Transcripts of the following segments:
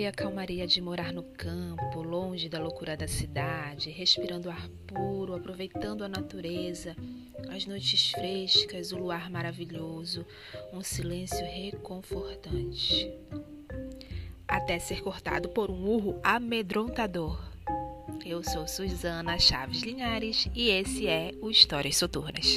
a calmaria de morar no campo, longe da loucura da cidade, respirando ar puro, aproveitando a natureza, as noites frescas, o luar maravilhoso, um silêncio reconfortante. Até ser cortado por um urro amedrontador. Eu sou Suzana Chaves Linhares e esse é o Histórias Soturnas.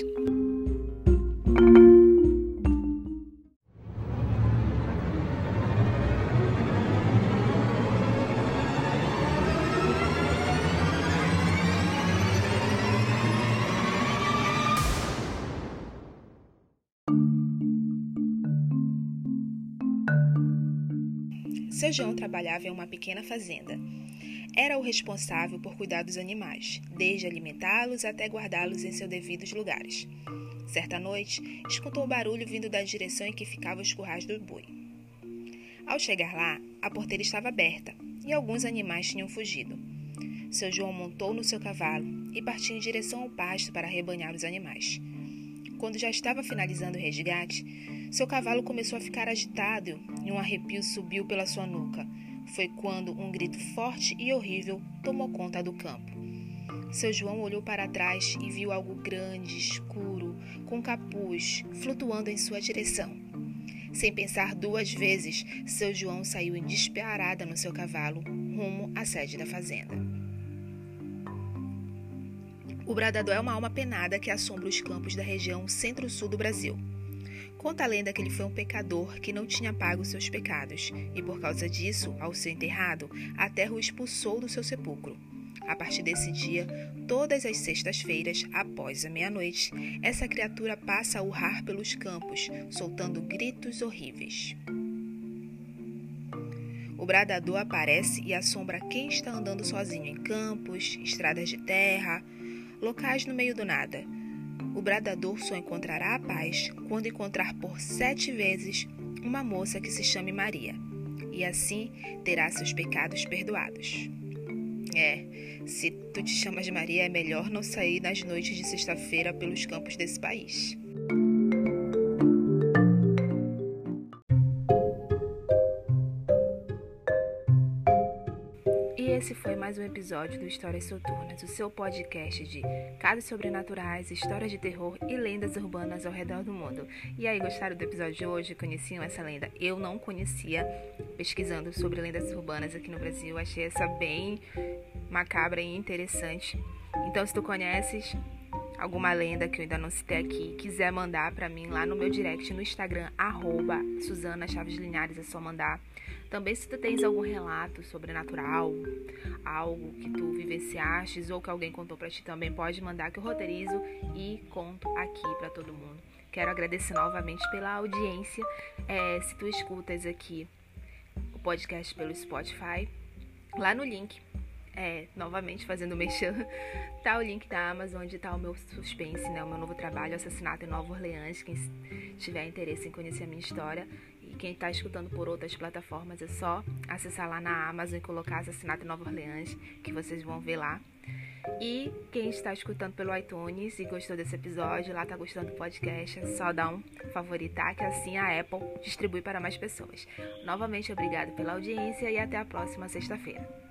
Seu João trabalhava em uma pequena fazenda. Era o responsável por cuidar dos animais, desde alimentá-los até guardá-los em seus devidos lugares. Certa noite, escutou barulho vindo da direção em que ficavam os currais do boi. Ao chegar lá, a porteira estava aberta e alguns animais tinham fugido. Seu João montou no seu cavalo e partiu em direção ao pasto para arrebanhar os animais. Quando já estava finalizando o resgate, seu cavalo começou a ficar agitado e um arrepio subiu pela sua nuca. Foi quando um grito forte e horrível tomou conta do campo. Seu João olhou para trás e viu algo grande, escuro, com capuz, flutuando em sua direção. Sem pensar duas vezes, seu João saiu em disparada no seu cavalo, rumo à sede da fazenda. O bradador é uma alma penada que assombra os campos da região centro-sul do Brasil. Conta a lenda que ele foi um pecador que não tinha pago seus pecados e, por causa disso, ao ser enterrado, a terra o expulsou do seu sepulcro. A partir desse dia, todas as sextas-feiras, após a meia-noite, essa criatura passa a urrar pelos campos, soltando gritos horríveis. O bradador aparece e assombra quem está andando sozinho em campos, estradas de terra, locais no meio do nada. O bradador só encontrará a paz quando encontrar por 7 vezes uma moça que se chame Maria, e assim terá seus pecados perdoados. Se tu te chamas Maria, é melhor não sair nas noites de sexta-feira pelos campos desse país. E esse foi mais um episódio do Histórias Soturnas, o seu podcast de casos sobrenaturais, histórias de terror e lendas urbanas ao redor do mundo. E aí, gostaram do episódio de hoje? Conheciam essa lenda? Eu não conhecia. Pesquisando sobre lendas urbanas aqui no Brasil, achei essa bem macabra e interessante. Então, se tu conheces alguma lenda que eu ainda não citei aqui, quiser mandar pra mim lá no meu direct no Instagram, @Suzana Chaves Linhares, é só mandar. Também se tu tens algum relato sobrenatural, algo que tu vivenciastes ou que alguém contou pra ti, também pode mandar que eu roteirizo e conto aqui pra todo mundo. Quero agradecer novamente pela audiência. Se tu escutas aqui o podcast pelo Spotify, lá no link, novamente fazendo merchan, tá o link da Amazon, onde tá o meu suspense, o meu novo trabalho, Assassinato em Nova Orleans. Quem tiver interesse em conhecer a minha história e quem tá escutando por outras plataformas, é só acessar lá na Amazon e colocar Assassinato em Nova Orleans, que vocês vão ver lá. E quem está escutando pelo iTunes e gostou desse episódio, lá tá gostando do podcast, é só dar um favoritar, que assim a Apple distribui para mais pessoas. Novamente, obrigado pela audiência e até a próxima sexta-feira.